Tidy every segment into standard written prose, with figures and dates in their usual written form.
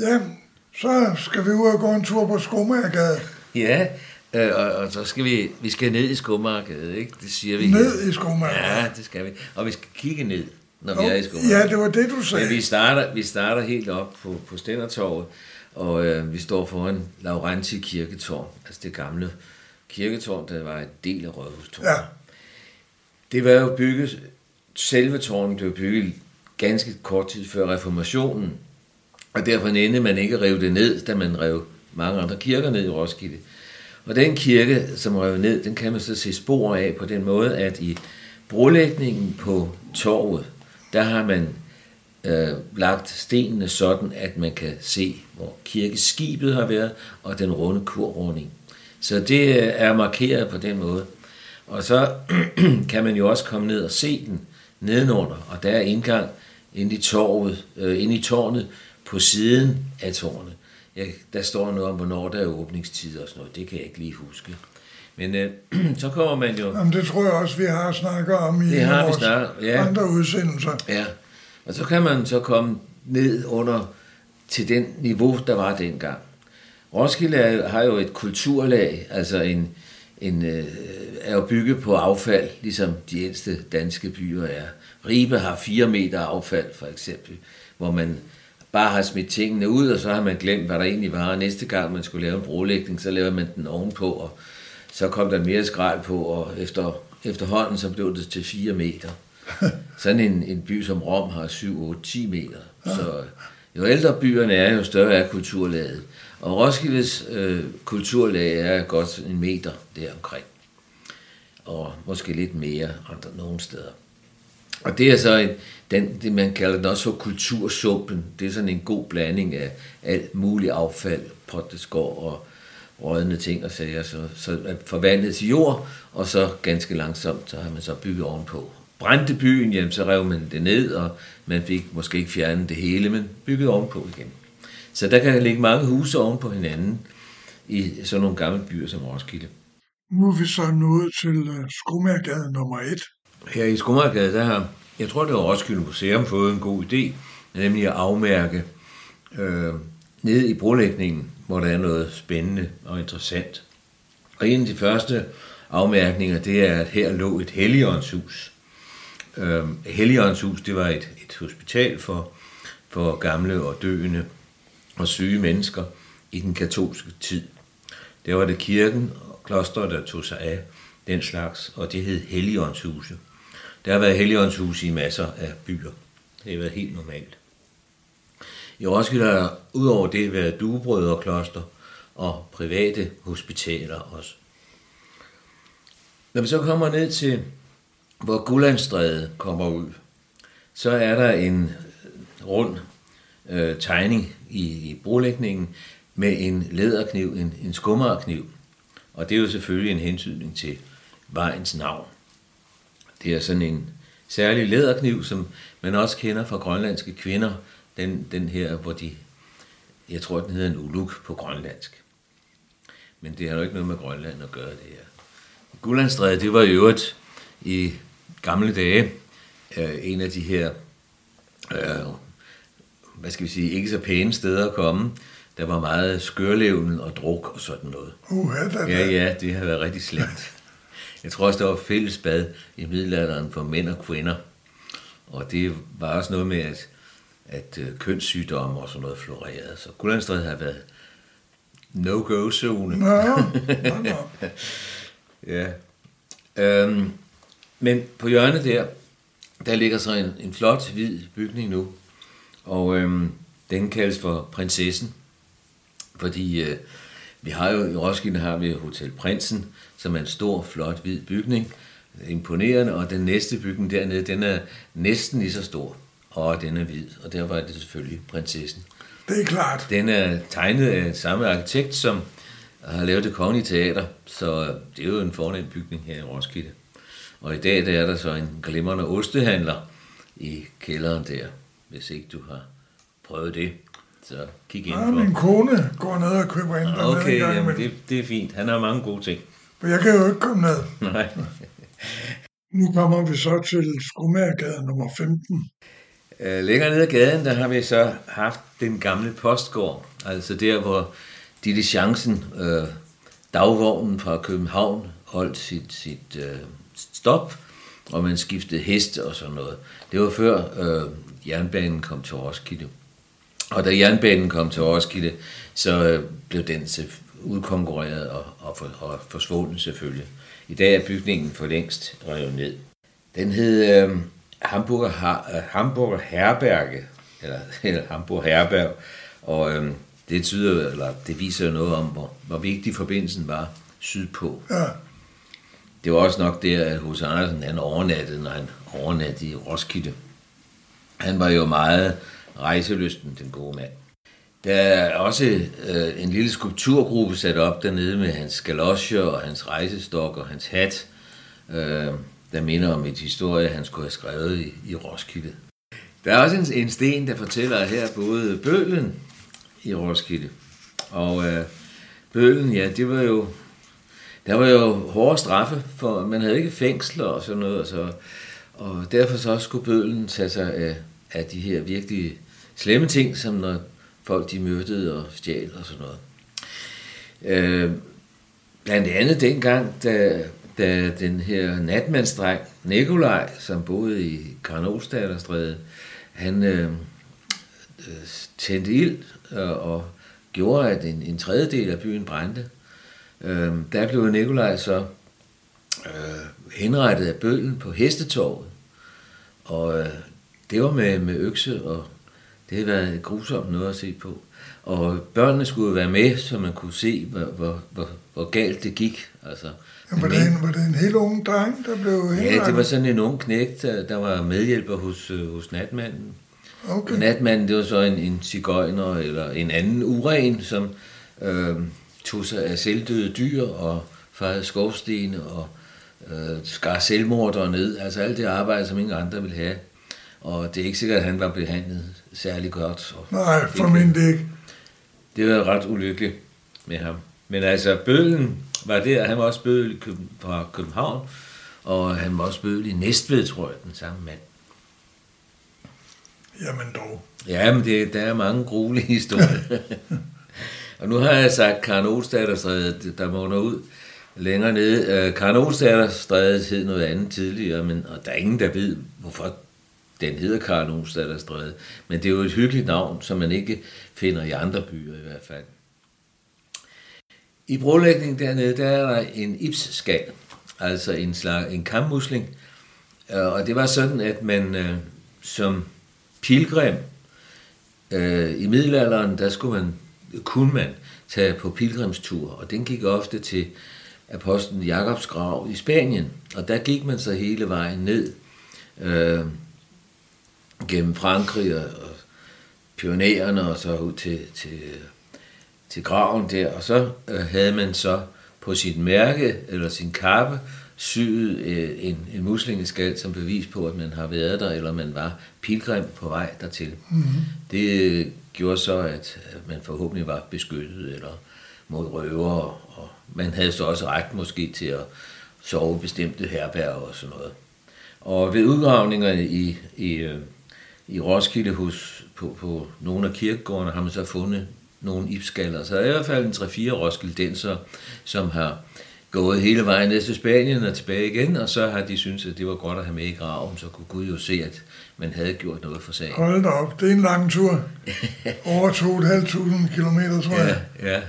Ja, så skal vi ud og gå en tur på Skomagergade. Ja, og så skal vi skal ned i Skomagergade, ikke? Det siger vi. Ned i Skomagergade? Ja, det skal vi. Og vi skal kigge ned, når vi er i Skomagergade. Ja, det var det, du sagde. Men vi starter helt op på Stændertorvet, og vi står foran Laurenti Kirketårn, altså det gamle kirketårn, der var et del af Rådhustårnet. Ja. Det var jo bygget, selve tårnet blev bygget ganske kort tid før reformationen, og derfor endte man ikke at rive det ned, da man rev mange andre kirker ned i Roskilde. Og den kirke, som rev ned, den kan man så se spor af på den måde, at i brolægningen på torvet, der har man lagt stenene sådan, at man kan se, hvor kirkeskibet har været, og den runde kurrunding. Så det er markeret på den måde. Og så kan man jo også komme ned og se den nedenunder, og der er indgang ind i tårnet på siden af tårnet. Der står noget om, hvornår der er åbningstider og sådan noget. Det kan jeg ikke lige huske. Men så kommer man jo... Jamen, det tror jeg også, vi har snakket om i vores andre udsendelser. Ja, og så kan man så komme ned under til den niveau, der var dengang. Roskilde har jo et kulturlag, altså er jo bygget på affald, ligesom de ældste danske byer er. Ribe har 4 meter affald, for eksempel, hvor man bare har smidt tingene ud, og så har man glemt, hvad der egentlig var. Og næste gang man skulle lave en brolægning, så lavede man den ovenpå, og så kom der mere skrald på, og efterhånden så blev det til 4 meter. Sådan en by som Rom har 7, 8, 10 meter. Så jo ældre byerne er, jo større er kulturlaget. Og Roskildes kulturlag er godt 1 meter deromkring. Og måske lidt mere andre nogle steder. Og det er så det man kalder den også for kultursumpen. Det er sådan en god blanding af alt muligt affald, potteskår og rådne ting og sager, så forvandlet til jord, og så ganske langsomt, så har man så bygget ovenpå. Brændte byen, jamen, så rev man det ned, og man fik måske ikke fjernet det hele, men bygget ovenpå igen. Så der kan ligge mange huse oven på hinanden i sådan nogle gamle byer som Roskilde. Nu er vi så nået til Skomagergade nummer 1. Her i Skomagergade, der har, jeg tror det var Roskilde Museum, fået en god idé, nemlig at afmærke ned i brolægningen, hvor der er noget spændende og interessant. Og en af de første afmærkninger, det er, at her lå et Helligåndshus. Helligåndshus, det var et hospital for gamle og døende og syge mennesker i den katolske tid. Der var det kirken og klosteret, der tog sig af den slags, og det hed Helligåndshuse. Der har været Helligåndshuse i masser af byer. Det har været helt normalt. I Roskilde har der udover det været duebrødrekloster og private hospitaler også. Når vi så kommer ned til, hvor Gullandstræde kommer ud, så er der en rund tegning i brolægningen med en læderkniv, en skummerkniv. Og det er jo selvfølgelig en hentydning til vejens navn. Det er sådan en særlig læderkniv, som man også kender fra grønlandske kvinder. Den her, hvor jeg tror, den hedder en uluk på grønlandsk. Men det har jo ikke noget med Grønland at gøre, det her. Gullandstræde, det var i øvrigt i gamle dage en af de her, ikke så pæne steder at komme. Der var meget skørlevnen og druk og sådan noget. Ja, det har været rigtig slemt. Jeg tror også, der var fælles bad i middelalderen for mænd og kvinder. Og det var også noget med, at kønssygdomme og sådan noget florerede. Så Gullandstræde har været no-go-zone. Nå. Ja. Men på hjørnet der ligger så en flot, hvid bygning nu. Og den kaldes for Prinsessen. Fordi vi har jo i Roskilde har vi Hotel Prinsen, som er en stor, flot, hvid bygning. Imponerende, og den næste bygning dernede, den er næsten lige så stor. Og den er hvid, og derfor er det selvfølgelig Prinsessen. Det er klart. Den er tegnet af samme arkitekt, som har lavet Det Kongelige Teater, så det er jo en fornem bygning her i Roskilde. Og i dag der er der så en glimrende ostehandler i kælderen der, hvis ikke du har prøvet det. Så kig ind for. Min kone går ned og køber ind dernede. Okay, jamen det er fint. Han har mange gode ting. For jeg kan jo ikke komme ned. Nej. Nu kommer vi så til Skomagergade nummer 15. Længere nede ad gaden, der har vi så haft den gamle postgård, altså der, hvor diligencen, dagvognen fra København, holdt sit stop, og man skiftede heste og sådan noget. Det var før jernbanen kom til Roskilde. Og da jernbanen kom til Roskilde, så blev den udkonkurreret og forsvundet selvfølgelig. I dag er bygningen for længst revet ned. Den hed Hamburger Herberge, eller Hamburg Herberg, og det viser jo noget om, hvor vigtig forbindelsen var sydpå. Ja. Det var også nok der, at H.C. Andersen han overnattede, når han overnattede i Roskilde. Han var jo meget rejselysten, den gode mand. Der er også en lille skulpturgruppe sat op dernede med hans galoscher og hans rejsestok og hans hat, der minder om et historie, han skulle have skrevet i Roskilde. Der er også en sten, der fortæller her både Bødlen i Roskilde, og Bødlen, ja, der var jo hårde straffe, for man havde ikke fængsler og sådan noget, og derfor så skulle Bødlen tage sig af de her virkelig slemme ting, som når folk de myrdede og stjal og sådan noget. Blandt andet dengang, da den her natmandsdreng, Nikolaj, som boede i Karen-Olstadterstræde, han tændte ild og gjorde, at en tredjedel af byen brændte. Der blev Nikolaj så henrettet af Bødlen på Hestetorvet, og det var med økse, og det havde været grusomt noget at se på. Og børnene skulle være med, så man kunne se, hvor galt det gik. Altså, var det en helt ung dreng, der blev henrettet? Ja, det var sådan en ung knægt, der var medhjælper hos natmanden. Okay. Og natmanden, det var så en sigøjner eller en anden uren, som tog sig af selvdøde dyr og fejrede skorstene og skar selvmordere ned. Altså alt det arbejde, som ingen andre ville have. Og det er ikke sikkert, at han var behandlet særlig godt. Nej, formentlig ikke. Det var ret ulykkeligt med ham. Men altså, Bødlen var der, han var også bødel fra København, og han var også bødel i Næstved, tror jeg, den samme mand. Jamen dog. Ja, men der er mange gruelige historier. Og nu har jeg sagt Karen-Olstadterstræde, der munder ud længere nede. Karen-Olstadterstræde hed noget andet tidligere, og der er ingen, der ved, hvorfor den hedder Karen-Olstadterstræde. Men det er jo et hyggeligt navn, som man ikke finder i andre byer i hvert fald. I brolægningen dernede, der er der en ipsskal, altså en kammusling. Og det var sådan, at man som pilgrim i middelalderen, der kunne man tage på pilgrimstur, og den gik ofte til apostlen Jakobs grav i Spanien, og der gik man så hele vejen ned gennem Frankrig og Pyrenæerne og så ud til graven der, og så havde man så på sit mærke eller sin kappe syet en muslingeskal som bevis på, at man har været der, eller man var pilgrim på vej dertil. Mm-hmm. Det gjorde så, at man forhåbentlig var beskyttet eller mod røver, og man havde så også ret måske til at sove bestemte herberger og sådan noget. Og ved udgravningerne i Roskilde på nogle af kirkegårdene har man så fundet nogle ipskaller. Så der er i hvert fald en 3-4 roskildenser, som har gået hele vejen ned til Spanien og tilbage igen, og så har de syntes, at det var godt at have med i graven, så kunne Gud jo se, at man havde gjort noget for sagen. Hold da op, det er en lang tur. Over 2.500 kilometer, tror jeg. Ja.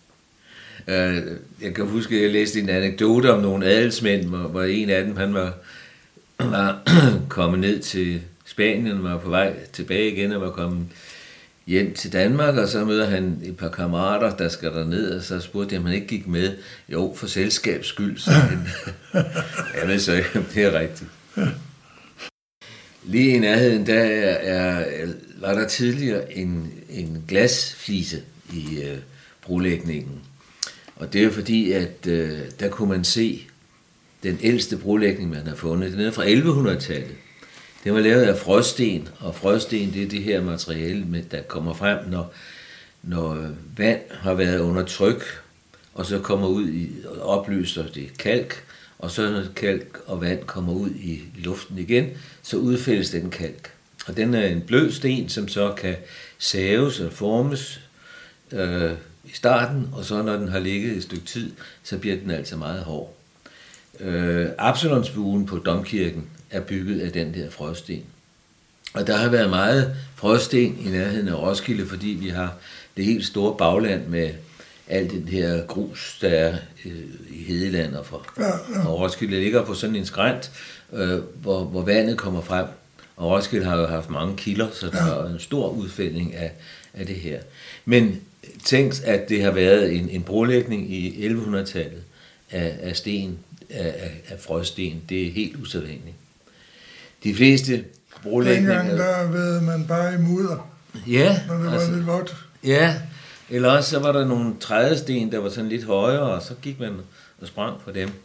Jeg kan huske, at jeg læste en anekdote om nogle adelsmænd, hvor en af dem, han var kommet ned til Spanien, var på vej tilbage igen og var kommet hjem til Danmark, og så møder han et par kammerater, der skal derned, og så spurgte jeg, om han ikke gik med. Jo, for selskabs skyld. Så jamen, så det er rigtigt. Lige i nærheden, var der tidligere en glasflise i brolægningen. Og det er fordi, at der kunne man se den ældste brolægning, man har fundet. Den er fra 1100-tallet. Den var lavet af froststen, og froststen, det er det her materiale, der kommer frem, når vand har været under tryk, og så kommer ud og opløser det kalk, og så når kalk og vand kommer ud i luften igen, så udfældes den kalk. Og den er en blød sten, som så kan saves og formes i starten, og så når den har ligget et stykke tid, så bliver den altså meget hård. Absalonsbuen på domkirken er bygget af den der froststen. Og der har været meget froststen i nærheden af Roskilde, fordi vi har det helt store bagland med alt den her grus, der er i Hedeland og og Roskilde ligger på sådan en skrænt, hvor vandet kommer frem. Og Roskilde har jo haft mange kilder, så der er en stor udfældning af det her. Men tænk, at det har været en brolægning i 1100-tallet af sten, af froststen. Det er helt usædvanligt. De fleste brolægninger... Dengang der ved man bare i mudder, når det var lidt vådt. Ja, eller også så var der nogle trædesten, der var sådan lidt højere, og så gik man og sprang på dem.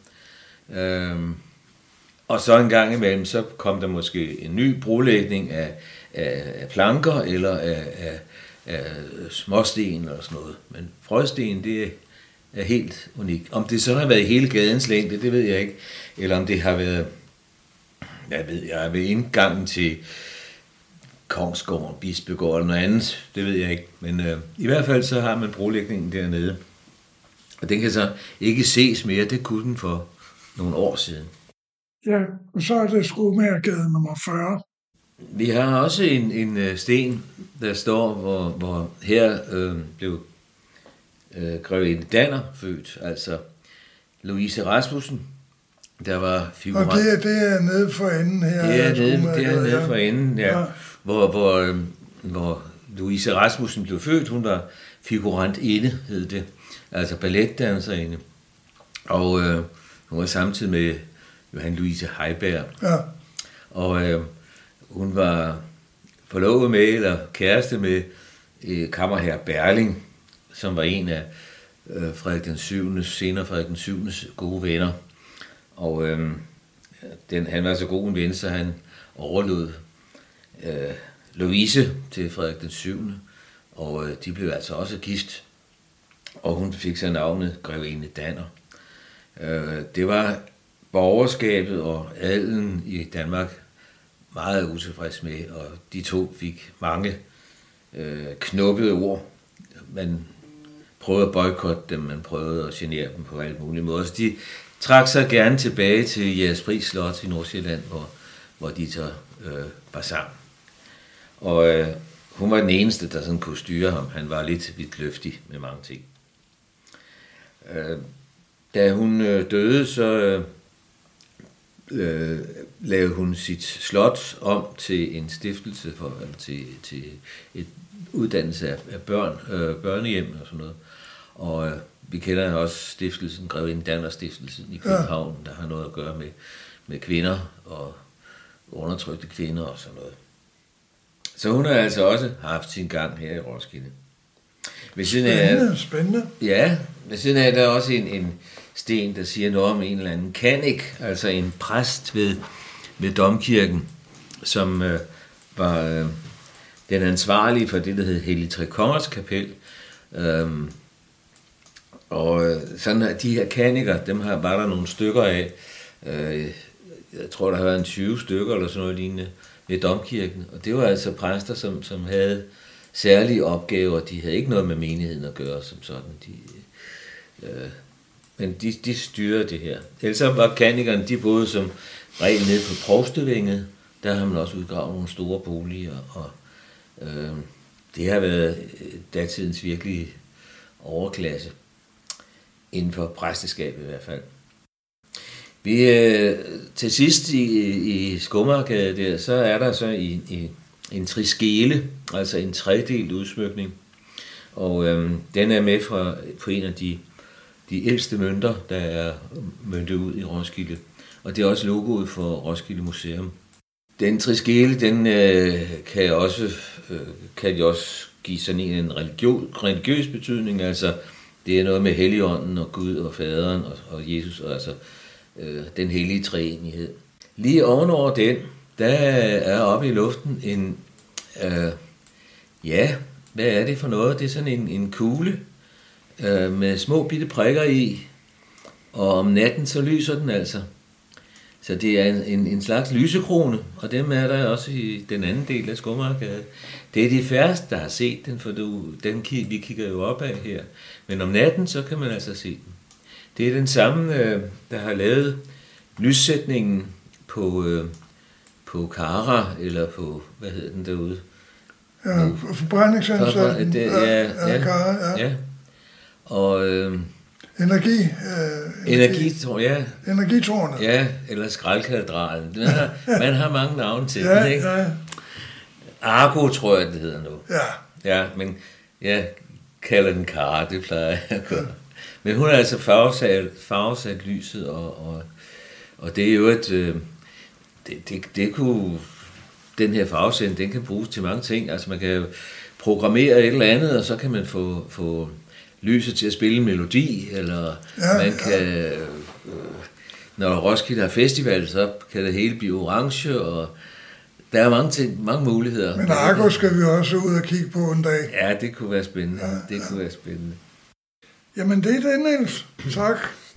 Og så en gang imellem, så kom der måske en ny brolægning af planker, eller af småsten, eller sådan noget. Men froststen, det er helt unikt. Om det så har været hele gadens længde, det ved jeg ikke. Eller om det har været, ved indgangen til Kongsgården, Bispegård eller noget andet, det ved jeg ikke. Men i hvert fald så har man brolægningen dernede. Og den kan så ikke ses mere, det kunne den for nogle år siden. Ja, og så er det Skomagergade nummer 40. Vi har også en sten, der står, hvor her blev grevinde Danner født, altså Louise Rasmussen, der var figurant. Og det er nede for enden her. Det er nede for enden, ja. Hvor Louise Rasmussen blev født, hun var figurantinde, hed det, altså balletdanserinde. Og hun var samtidig med Johan Louise Heiberg. Ja. Og hun var forlovet med, eller kæreste med kammerherre Berling, som var en af Frederik den 7., senere Frederik den 7. gode venner. Og han var så god en ven, så han overlod Louise til Frederik den 7. Og de blev altså også gift. Og hun fik så navnet grevinde Danner. Det var borgerskabet og adelen i Danmark meget utilfreds med, og de to fik mange knubbede ord. Man prøvede at boykotte dem, man prøvede at genere dem på alle mulige måder. Så de trak sig gerne tilbage til Jægerspris Slot i Nordsjælland, hvor de så var sammen. Og hun var den eneste, der sådan kunne styre ham. Han var lidt vidtløftig med mange ting. Da hun døde, så lavede hun sit slot om til en stiftelse til et uddannelse af børnehjem og sådan noget. Og vi kender også stiftelsen, grevinde Danner Stiftelsen i København, der har noget at gøre med kvinder og undertrykte kvinder og sådan noget. Så hun har altså også haft sin gang her i Roskilde. Spændende. Ja, ved siden af der er også en sten, der siger noget om en eller anden kanik, altså en præst ved domkirken, som var den ansvarlige for det, der hed Hellig Tre Kongers Kapel. Og sådan de her kanikere, dem var der nogle stykker af. Jeg tror, der har været en 20 stykker eller sådan noget lignende ved domkirken. Og det var altså præster, som havde særlige opgaver. De havde ikke noget med menigheden at gøre som sådan. Men de styrede det her. Ellers var kanikerne, de boede som regel nede på Provstevænget. Der har man også udgravet nogle store boliger. Og det har været datidens virkelige overklasse. Inden for præsteskabet i hvert fald. Vi til sidst i Skomagergade der, så er der så en triskele, altså en tredelt udsmykning. Og den er med på en af de ældste mønter, der er møntet ud i Roskilde. Og det er også logoet for Roskilde Museum. Den triskele, den kan de også give sådan en religiøs betydning, altså det er noget med Helligånden og Gud og Faderen og Jesus, og altså den hellige treenighed. Lige ovenover den, der er oppe i luften en, hvad er det for noget? Det er sådan en kugle med små bitte prikker i, og om natten så lyser den altså. Så det er en slags lysekrone, og dem er der også i den anden del af Skomagergade. Det er de færreste, der har set den, for vi kigger jo opad her. Men om natten, så kan man altså se den. Det er den samme, der har lavet lyssætningen på Kara, eller på, hvad hedder den derude? Ja, forbrændingsanstalten. Ja. Og Energitårnet. Ja, eller Skraldkatedralen. Man har mange navne til den, ikke? Ja. Argo, tror jeg, det hedder nu. Ja, men jeg kalder den Kara, det plejer jeg at gøre. Men hun har altså farvesat lyset, og det er jo det kunne, den her farvesætning, den kan bruges til mange ting. Altså man kan jo programmere et eller andet, og så kan man få lyset til at spille en melodi, eller man kan, når Roskilde har festival, så kan det hele blive orange, og der er mange ting, mange muligheder. Men Argo skal vi også ud og kigge på en dag. Ja, det kunne være spændende. Det kunne være spændende. Jamen det er det, Niels. Tak.